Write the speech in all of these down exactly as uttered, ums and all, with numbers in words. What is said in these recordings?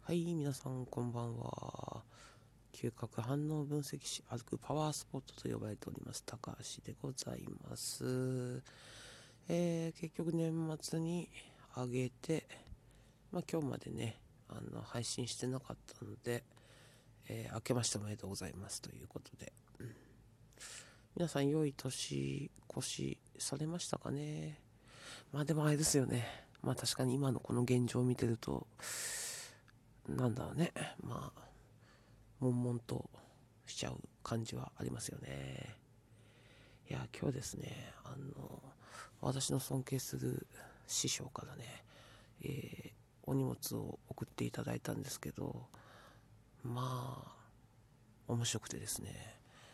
はい、皆さんこんばんは。嗅覚反応分析士、歩くパワースポットと呼ばれております高橋でございます。えー、結局年末に上げて、まあ、今日までねあの配信してなかったので、えー、明けましておめでとうございますということで、うん、皆さん良い年越しされましたかね。まあでもあれですよね、まあ確かに今のこの現状を見てるとなんだろうね、まあ悶々としちゃう感じはありますよね。いや今日ですね、あの私の尊敬する師匠からね、えーお荷物を送っていただいたんですけど、まあ面白くてですね、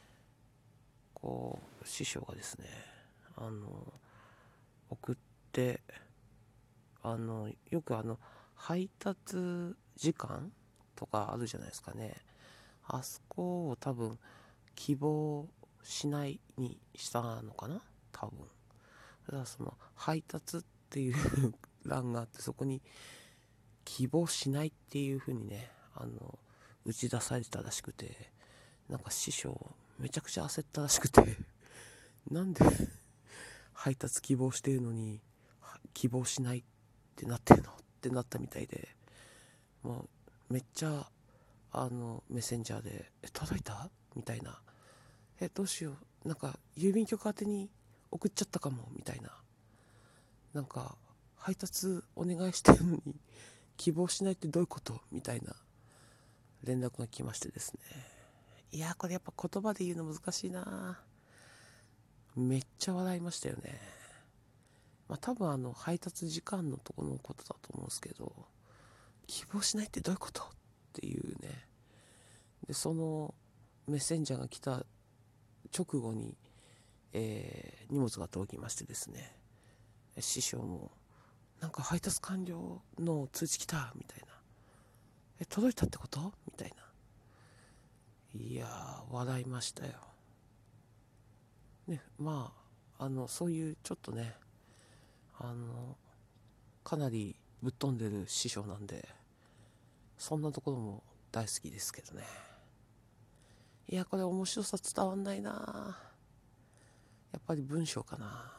こう師匠がですね、あの送ってあのよくあの配達時間とかあるじゃないですかね。あそこを多分希望しないにしたのかな、多分。だからその配達っていう欄があって、そこに希望しないっていう風にね、あの打ち出されてたらしくて、なんか師匠めちゃくちゃ焦ったらしくてなんで配達希望してるのに希望しないってなってるのってなったみたいで、もうめっちゃあのメッセンジャーで「え届いた?」みたいな、えどうしよう、なんか郵便局宛てに送っちゃったかもみたいな、なんか配達お願いしてるのに希望しないってどういうことみたいな連絡が来ましてですね、いやーこれやっぱ言葉で言うの難しいな。めっちゃ笑いましたよね。まあ多分あの配達時間のところのことだと思うんですけど、希望しないってどういうことっていうね。でそのメッセンジャーが来た直後に、えー荷物が届きましてですね、師匠もなんか配達完了の通知来たみたいな、え届いたってことみたいな、いやー笑いましたよね。まああのそういうちょっとね、あのかなりぶっ飛んでる師匠なんで、そんなところも大好きですけどね。いやこれ面白さ伝わんないな、やっぱり文章かな。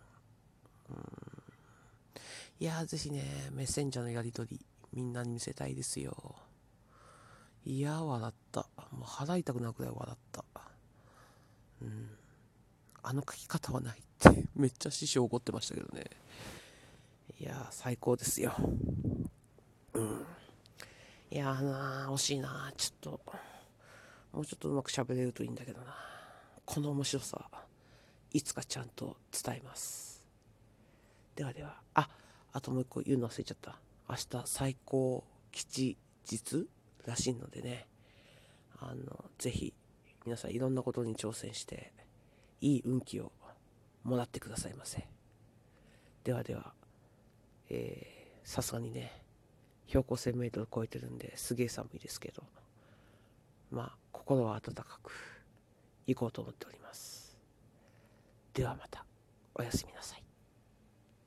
いやーぜひねメッセンジャーのやり取りみんなに見せたいですよ。いやー笑った、もう腹痛くなるくらい笑った。うん、あの書き方はないってめっちゃ師匠怒ってましたけどね。いやー最高ですよ。うん。いやーなー惜しいなー、ちょっともうちょっとうまく喋れるといいんだけどな。この面白さいつかちゃんと伝えます。ではでは、ああともう一個言うの忘れちゃった。明日最高吉日らしいのでね、あのぜひ皆さんいろんなことに挑戦していい運気をもらってくださいませ。ではでは、えー、さすがにね標高せんメートル超えてるんですげえ寒いですけど、まあ心は温かく行こうと思っております。ではまた、おやすみなさい。